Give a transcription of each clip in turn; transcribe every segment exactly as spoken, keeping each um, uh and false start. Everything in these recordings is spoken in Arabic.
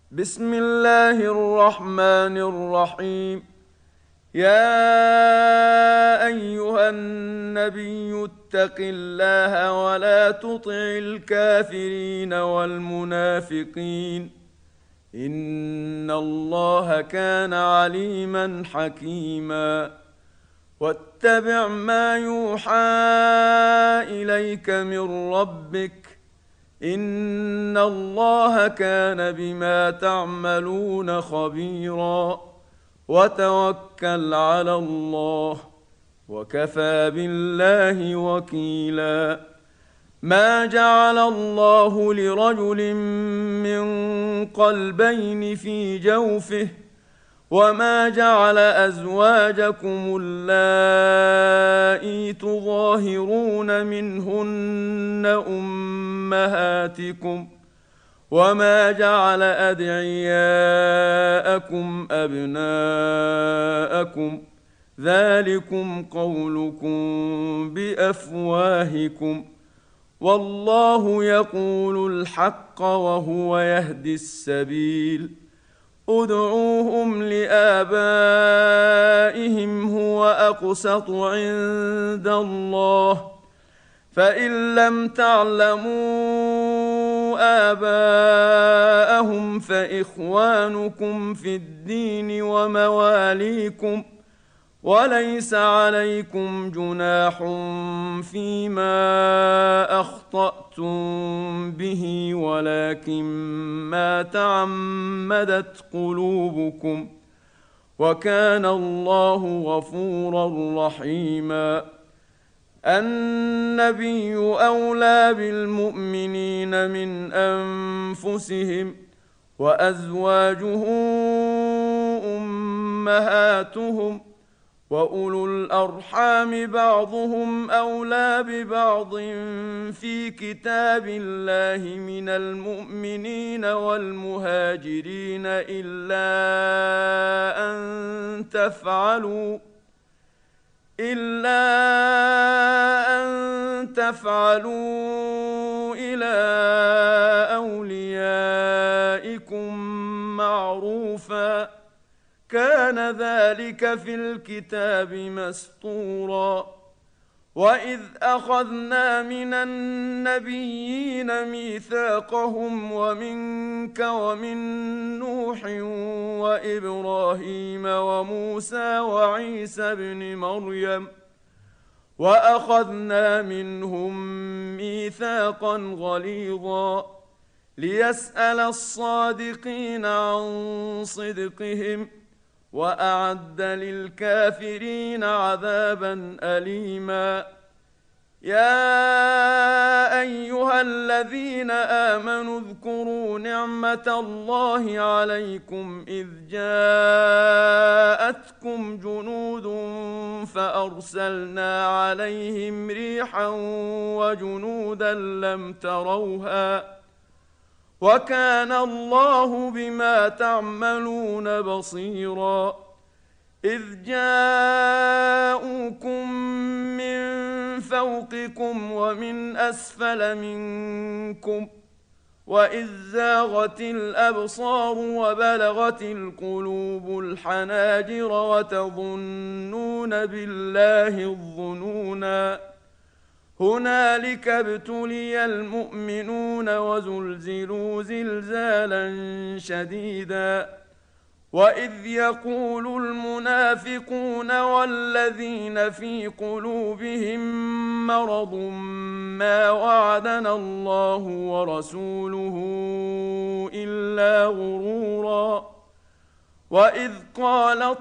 بسم الله الرحمن الرحيم. يا أيها النبي اتق الله ولا تطع الكافرين والمنافقين، إن الله كان عليما حكيما. واتبع ما يوحى إليك من ربك، إن الله كان بما تعملون خبيرا. وتوكل على الله، وكفى بالله وكيلا. ما جعل الله لرجل من قلبين في جوفه، وما جعل أزواجكم اللائي تظاهرون منهن أمهاتكم، وما جعل أدعياءكم أبناءكم، ذلكم قولكم بأفواهكم، والله يقول الحق وهو يهدي السبيل. ادعوهم لآبائهم هو أقسط عند الله، فإن لم تعلموا آباءهم فإخوانكم في الدين ومواليكم، وليس عليكم جناح فيما أخطأتم به، ولكن ما تعمدت قلوبكم، وكان الله غفورا رحيما. النبي أولى بالمؤمنين من أنفسهم، وأزواجه أمهاتهم، وأولو الأرحام بعضهم أولى ببعض في كتاب الله من المؤمنين والمهاجرين إلا أن تفعلوا إلا أن تفعلوا إلى أوليائكم معروفا، كان ذلك في الكتاب مسطورا. وإذ أخذنا من النبيين ميثاقهم ومنك ومن نوح وإبراهيم وموسى وعيسى ابن مريم، وأخذنا منهم ميثاقا غليظا، ليسأل الصادقين عن صدقهم، وأعد للكافرين عذابا أليما. يا أيها الذين آمنوا اذكروا نعمة الله عليكم إذ جاءتكم جنود فأرسلنا عليهم ريحا وجنودا لم تروها، وكان الله بما تعملون بصيرا. إذ جاءوكم من فوقكم ومن أسفل منكم، وإذ زاغت الأبصار وبلغت القلوب الحناجر وتظنون بالله الظنونا. هنالك ابتلي المؤمنون وزلزلوا زلزالا شديدا. وإذ يقول المنافقون والذين في قلوبهم مرض ما وعدنا الله ورسوله إلا غرورا. وإذ قالت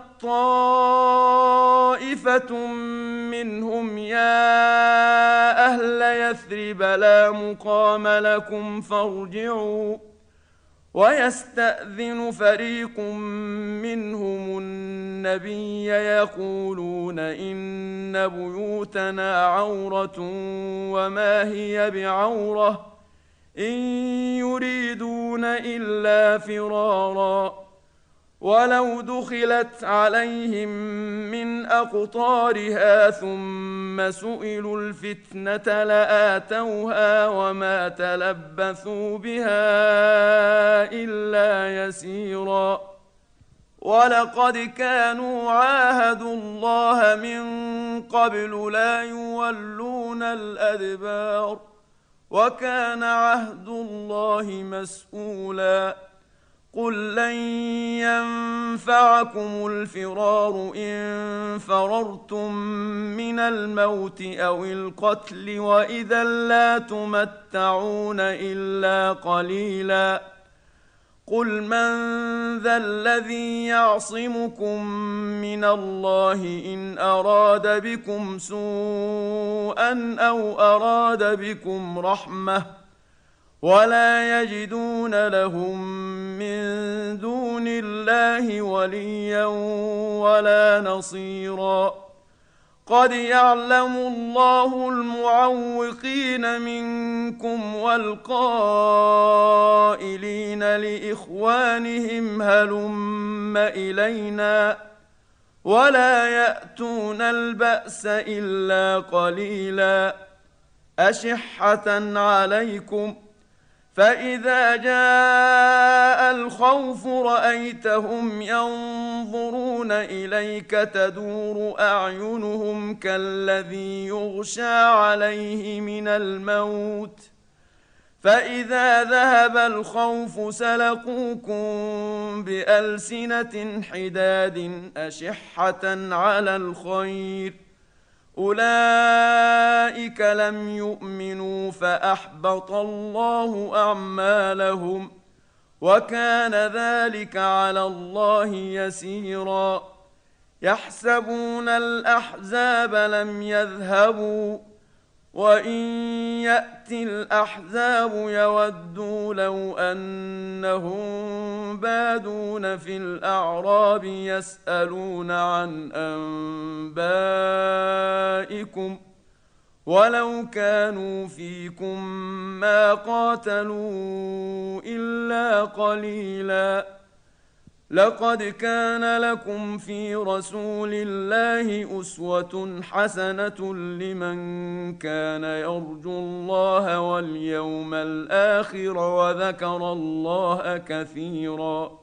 طائفة منهم يا أهل يثرب لا مقام لكم فارجعوا، ويستأذن فريق منهم النبي يقولون إن بيوتنا عورة وما هي بعورة إن يريدون إلا فرارا. ولو دخلت عليهم من أقطارها ثم سئلوا الفتنة لآتوها وما تلبثوا بها إلا يسيرا. ولقد كانوا عاهدوا الله من قبل لا يولون الأدبار وكان عهد الله مسؤولا. قل لن ينفعكم الفرار إن فررتم من الموت أو القتل وإذا لا تمتعون إلا قليلا. قل من ذا الذي يعصمكم من الله إن أراد بكم سوءا أو أراد بكم رحمة ولا يجدون لهم من دون الله وليا ولا نصيرا. قد يعلم الله المعوقين منكم والقائلين لإخوانهم هلم إلينا ولا يأتون البأس إلا قليلا. أشحة عليكم فإذا جاء الخوف رأيتهم ينظرون إليك تدور أعينهم كالذي يغشى عليه من الموت فإذا ذهب الخوف سلقوكم بألسنة حداد أشحة على الخير أولئك لم يؤمنوا فأحبط الله أعمالهم وكان ذلك على الله يسيرا. يحسبون الأحزاب لم يذهبوا وإن يأتي الأحزاب يودوا لو أنهم بادون في الأعراب يسألون عن أنبائكم ولو كانوا فيكم ما قاتلوا إلا قليلا. لقد كان لكم في رسول الله أسوة حسنة لمن كان يرجو الله واليوم الآخر وذكر الله كثيرا.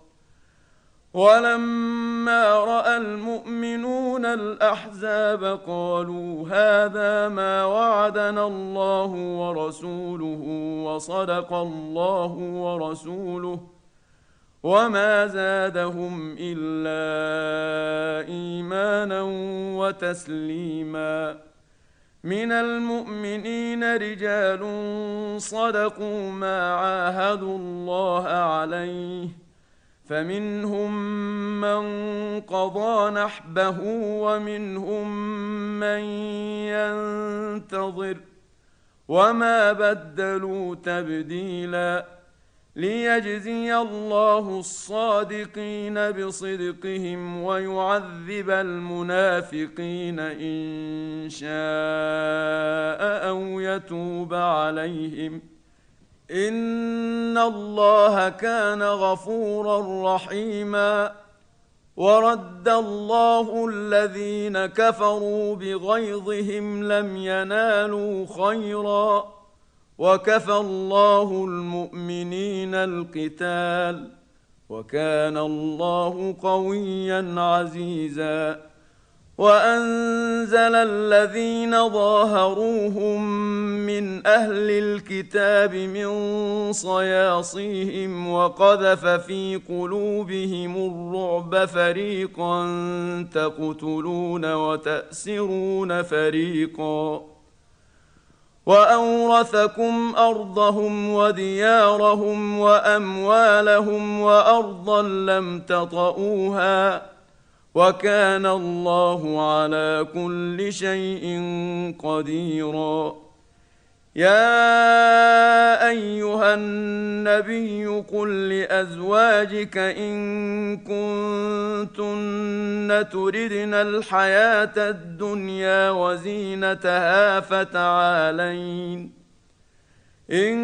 ولما رأى المؤمنون الأحزاب قالوا هذا ما وعدنا الله ورسوله وصدق الله ورسوله وما زادهم إلا إيمانا وتسليما. من المؤمنين رجال صدقوا ما عاهدوا الله عليه فمنهم من قضى نحبه ومنهم من ينتظر وما بدلوا تبديلا. ليجزي الله الصادقين بصدقهم ويعذب المنافقين إن شاء أو يتوب عليهم إن الله كان غفورا رحيما. ورد الله الذين كفروا بغيظهم لم ينالوا خيرا وكفى الله المؤمنين القتال وكان الله قويا عزيزا. وأنزل الذين ظاهروهم من أهل الكتاب من صياصيهم وقذف في قلوبهم الرعب فريقا تقتلون وتأسرون فريقا. وأورثكم أرضهم وديارهم وأموالهم وأرضا لم تطئوها وكان الله على كل شيء قديرا. يا أيها النبي قل لأزواجك إن كنتن تردن الحياة الدنيا وزينتها فتعالين إن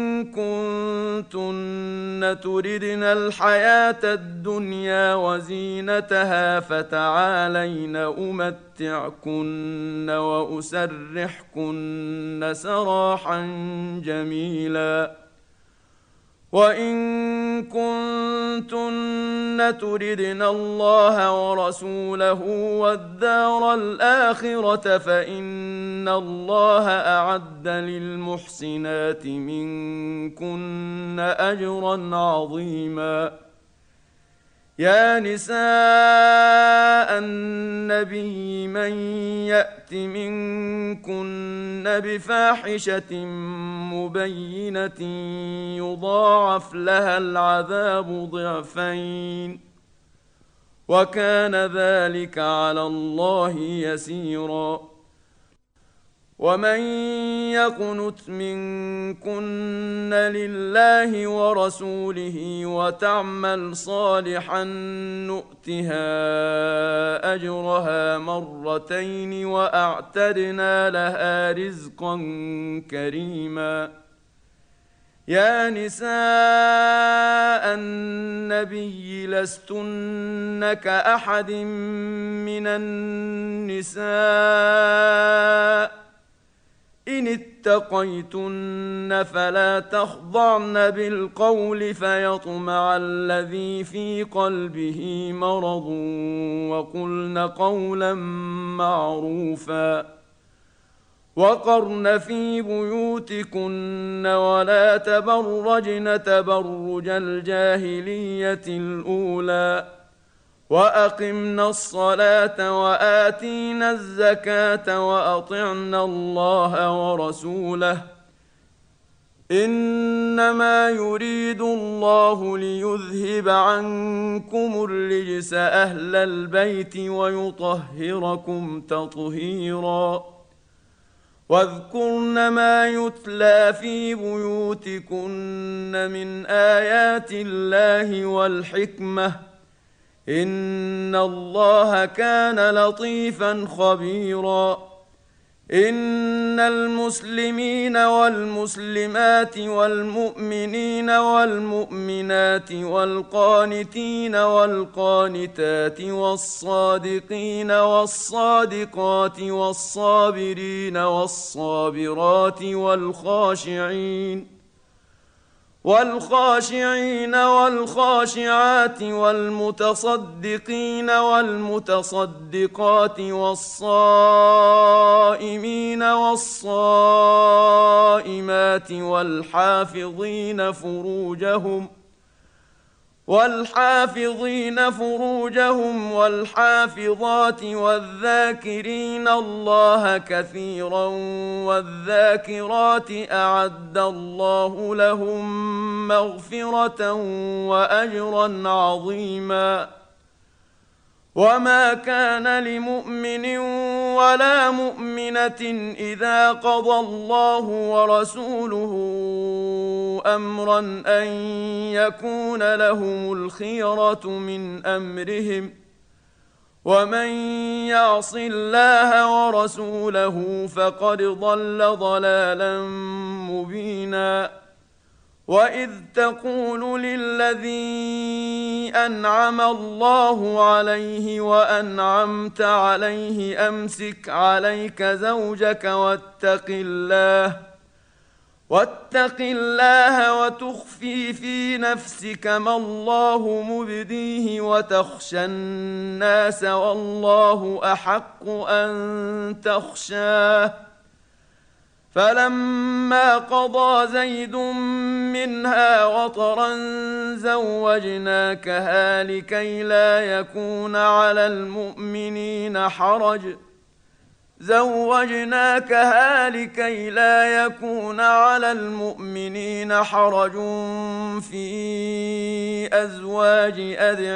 كنتن تردن الحياة الدنيا وزينتها فتعالين أمتعكن وأسرحكن سراحا جميلا وإن كنتن تردن الله ورسوله والدار الآخرة فإن الله أعد للمحسنات منكن أجرا عظيما يا نساء النبي من يأت منكن بفاحشة مبينة يضاعف لها العذاب ضعفين وكان ذلك على الله يسيرا ومن يقنت منكن لله ورسوله وتعمل صالحا نؤتها أجرها مرتين وأعتدنا لها رزقا كريما يا نساء النبي لستن كأحد من النساء إن اتقيتن فلا تخضعن بالقول فيطمع الذي في قلبه مرض وقلن قولا معروفا وقرن في بيوتكن ولا تبرجن تبرج الجاهلية الأولى وأقمنا الصلاة وآتينا الزكاة وأطعنا الله ورسوله إنما يريد الله ليذهب عنكم الرجس أهل البيت ويطهركم تطهيرا واذكرن ما يتلى في بيوتكن من آيات الله والحكمة إن الله كان لطيفا خبيرا إن المسلمين والمسلمات والمؤمنين والمؤمنات والقانتين والقانتات والصادقين والصادقات والصابرين والصابرات والخاشعين والخاشعين والخاشعات والمتصدقين والمتصدقات والصائمين والصائمات والحافظين فروجهم والحافظين فروجهم والحافظات والذاكرين الله كثيرا والذاكرات أعد الله لهم مغفرة وأجرا عظيما وما كان لمؤمن ولا مؤمنة إذا قضى الله ورسوله أمرا أن يكون لهم الخيرة من أمرهم ومن يعص الله ورسوله فقد ضل ضلالا مبينا وإذ تقول للذي أنعم الله عليه وأنعمت عليه أمسك عليك زوجك واتق الله واتق الله وتخفي في نفسك ما الله مبديه وتخشى الناس والله أحق أن تخشاه فلما قضى زيد منها وطرا زوجناكها لكي لا يكون على المؤمنين حرج زوجناكها لكي لا يكون على المؤمنين حرج في أزواج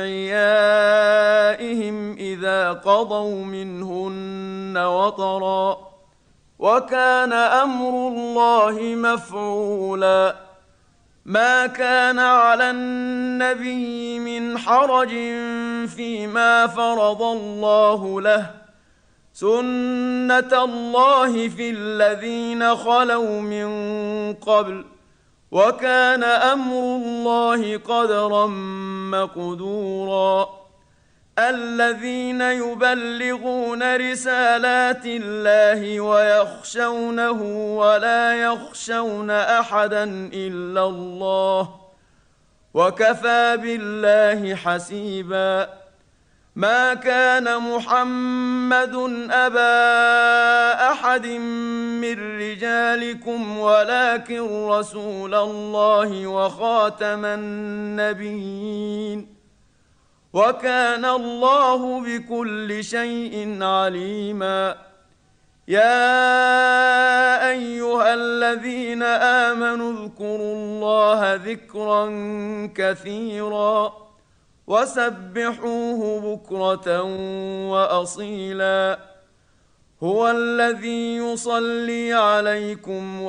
أدعيائهم إذا قضوا منهن وطرا وكان أمر الله مفعولا ما كان على النبي من حرج فيما فرض الله له سنة الله في الذين خلوا من قبل وكان أمر الله قدرا مقدورا الذين يبلغون رسالات الله ويخشونه ولا يخشون أحدا إلا الله وكفى بالله حسيبا ما كان محمد أبا أحد من رجالكم ولكن رسول الله وخاتم النبيين وكان الله بكل شيء عليما يا أيها الذين آمنوا اذكروا الله ذكرا كثيرا وسبحوه بكرة وأصيلا هو الذي يصلي عليكم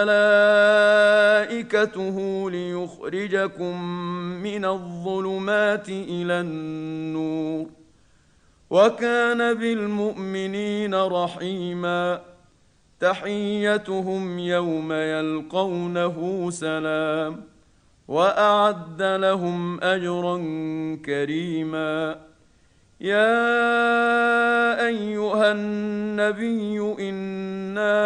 وملائكته ليخرجكم من الظلمات إلى النور وكان بالمؤمنين رحيما تحيتهم يوم يلقونه سلام وأعد لهم أجرا كريما يا أيها النبي إنا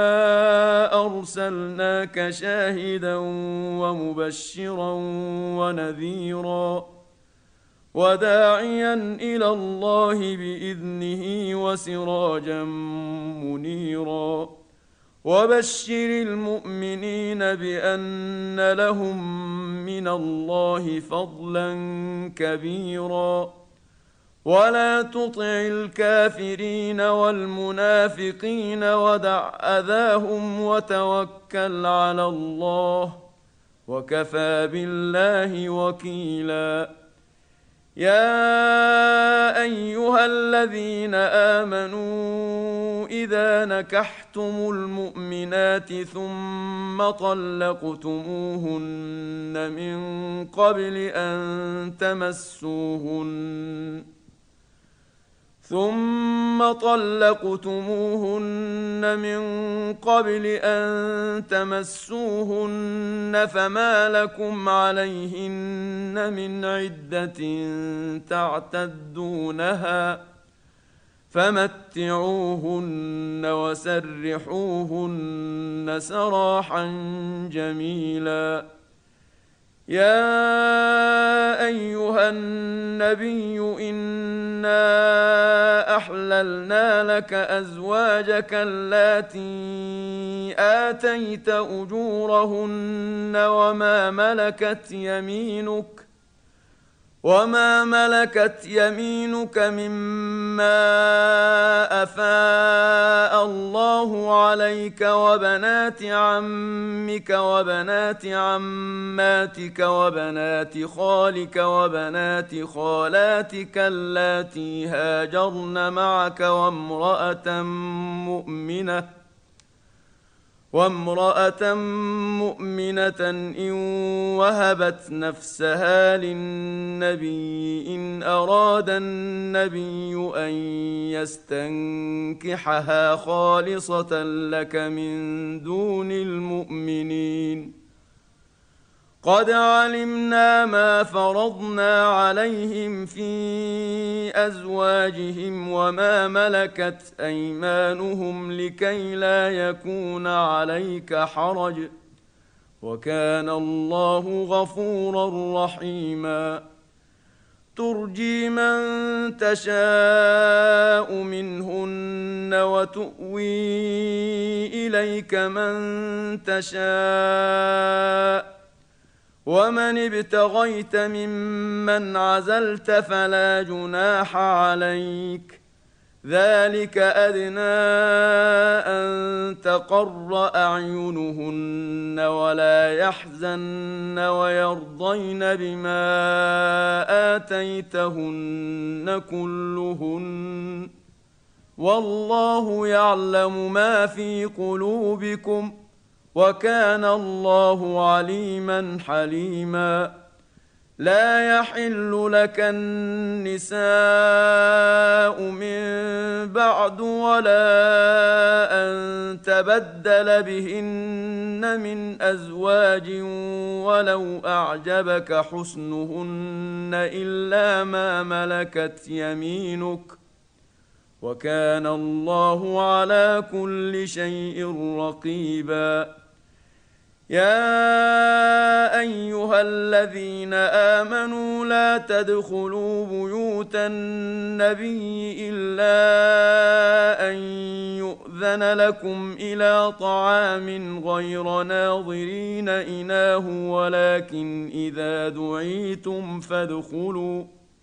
أرسلناك شاهدا ومبشرا ونذيرا وداعيا إلى الله بإذنه وسراجا منيرا وبشر المؤمنين بأن لهم من الله فضلا كبيرا ولا تطع الكافرين والمنافقين ودع أذاهم وتوكل على الله وكفى بالله وكيلا يا أيها الذين آمنوا إذا نكحتم المؤمنات ثم طلقتموهن من قبل أن تمسوهن ثم طلقتموهن من قبل أن تمسوهن فما لكم عليهن من عدة تعتدونها فمتعوهن وسرحوهن سراحا جميلا يا أيها النبي إنا أحللنا لك أزواجك اللاتي آتيت أجورهن وما ملكت يمينك وما ملكت يمينك مما أفاء الله عليك وبنات عمك وبنات عماتك وبنات خالك وبنات خالاتك اللاتي هاجرن معك وامرأة مؤمنة وامرأة مؤمنة إن وهبت نفسها للنبي إن أراد النبي أن يستنكحها خالصة لك من دون المؤمنين قد علمنا ما فرضنا عليهم في أزواجهم وما ملكت أيمانهم لكي لا يكون عليك حرج وكان الله غفورا رحيما ترجي من تشاء منهن وتؤوي إليك من تشاء ومن ابتغيت ممن عزلت فلا جناح عليك ذلك أدنى أن تقر أعينهن ولا يحزن ويرضين بما آتيتهن كلهن والله يعلم ما في قلوبكم وكان الله عليما حليما لا يحل لك النساء من بعد ولا أن تبدل بهن من أزواج ولو أعجبك حسنهن إلا ما ملكت يمينك وكان الله على كل شيء رقيبا. يا أيها الذين آمنوا لا تدخلوا بيوت النبي إلا أن يؤذن لكم إلى طعام غير ناظرين إناه ولكن إذا دعيتم فادخلوا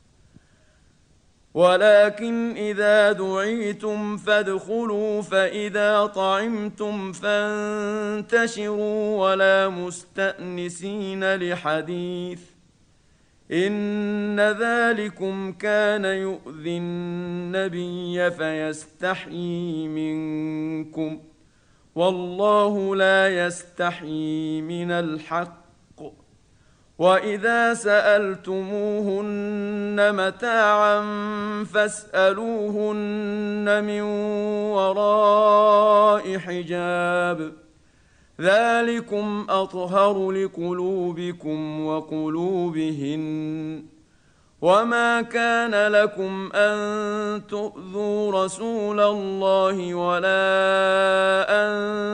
ولكن إذا دعيتم فادخلوا فإذا طعمتم فانتشروا ولا مستأنسين لحديث إن ذلكم كان يؤذي النبي فيستحيي منكم والله لا يستحيي من الحق وإذا سألتموهن متاعا فاسألوهن من وراء حجاب ذلكم أطهر لقلوبكم وقلوبهن وما كان لكم أن تؤذوا رسول الله ولا أن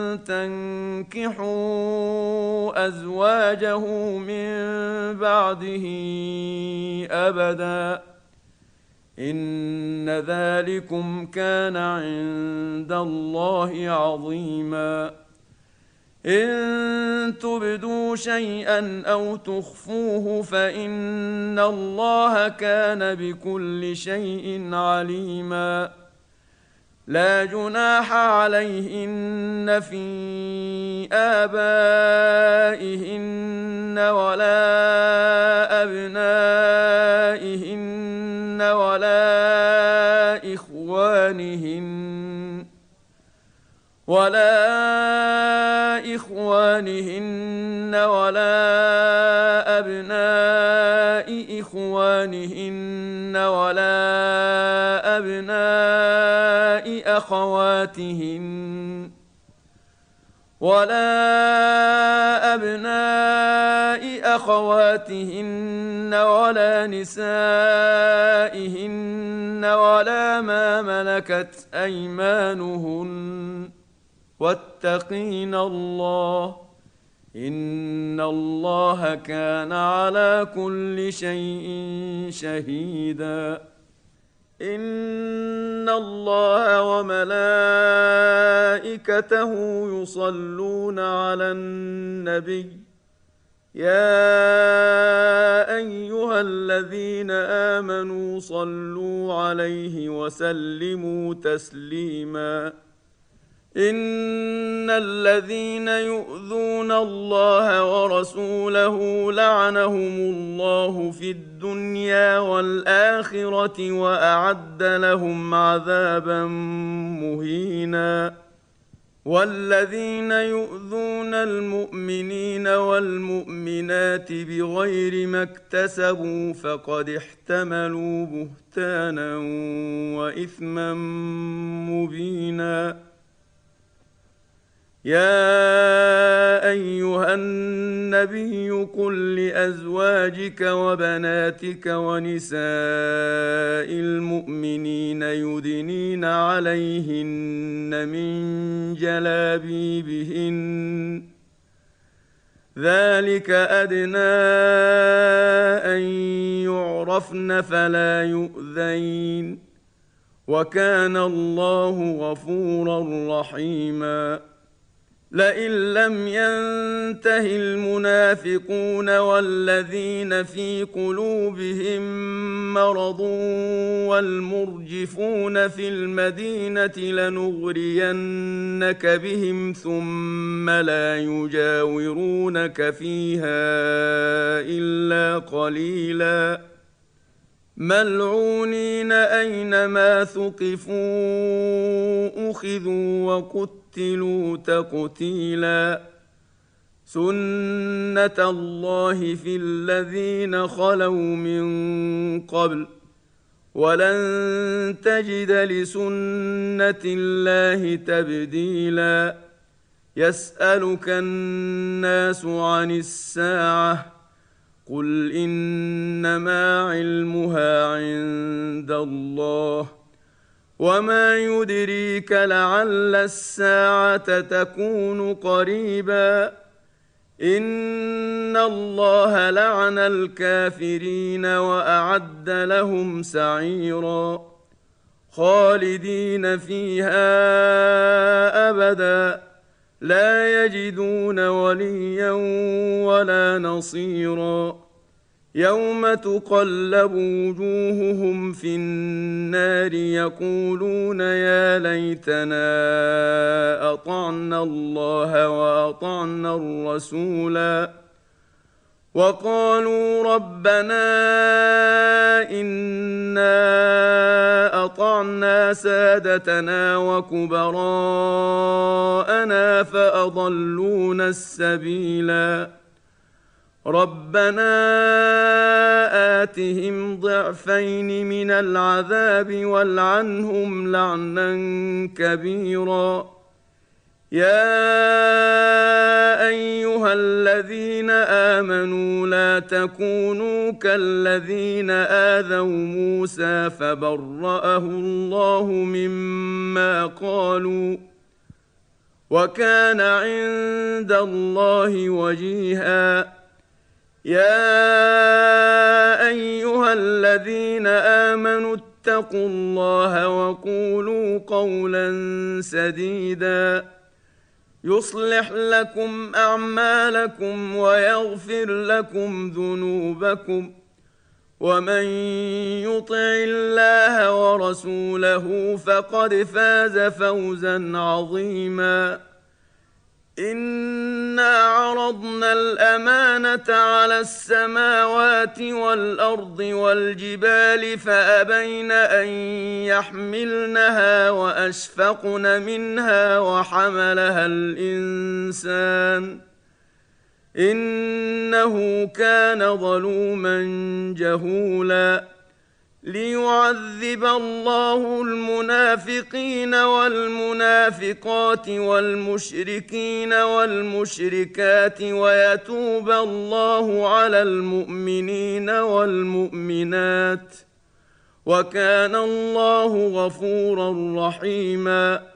تنكحوا أزواجه من بعده أبدا إن ذلكم كان عند الله عظيما. إن تبدوا شيئا أو تخفوه فإن الله كان بكل شيء عليما. لا جناح عليهن في آبائهن ولا أبنائهن ولا إخوانهن ولا إخوانهن ولا أبناء إخوانهن ولا أبناء أخواتهن ولا أبناء أخواتهن ولا نسائهن ولا ما ملكت أيمانهن واتقين الله إن الله كان على كل شيء شهيدا. إن الله وملائكته يصلون على النبي يا أيها الذين آمنوا صلوا عليه وسلموا تسليما. إن الذين يؤذون الله ورسوله لعنهم الله في الدنيا والآخرة وأعد لهم عذابا مهينا. والذين يؤذون المؤمنين والمؤمنات بغير ما اكتسبوا فقد احتملوا بهتانا وإثما مبينا. يا أيها النبي قل لأزواجك وبناتك ونساء المؤمنين يدنين عليهن من جلابيبهن ذلك أدنى أن يعرفن فلا يؤذين وكان الله غفورا رحيما. لئن لم ينته المنافقون والذين في قلوبهم مرض والمرجفون في المدينة لنغرينك بهم ثم لا يجاورونك فيها إلا قليلا ملعونين أينما ثقفوا أخذوا وقتلوا تقتيلا. سنة الله في الذين خلوا من قبل ولن تجد لسنة الله تبديلا يسألك الناس عن الساعة قل إنما علمها عند الله وما يدريك لعل الساعة تكون قريبا إن الله لعن الكافرين وأعد لهم سعيرا خالدين فيها أبدا لا يجدون وليا ولا نصيرا يوم تقلب وجوههم في النار يقولون يا ليتنا أطعنا الله وأطعنا الرسولا وقالوا ربنا إنا أطعنا سادتنا وكبراءنا فأضلونا السبيلا ربنا آتهم ضعفين من العذاب والعنهم لعنا كبيرا يا أيها الذين آمنوا لا تكونوا كالذين آذوا موسى فبرأه الله مما قالوا وكان عند الله وجيها يا أيها الذين آمنوا اتقوا الله وقولوا قولا سديدا يصلح لكم أعمالكم ويغفر لكم ذنوبكم ومن يطع الله ورسوله فقد فاز فوزا عظيما إنا عرضنا الأمانة على السماوات والأرض والجبال فأبين أن يحملنها وأشفقن منها وحملها الإنسان إنه كان ظلوما جهولا ليعذب الله المنافقين والمنافقات والمشركين والمشركات ويتوب الله على المؤمنين والمؤمنات وكان الله غفورا رحيما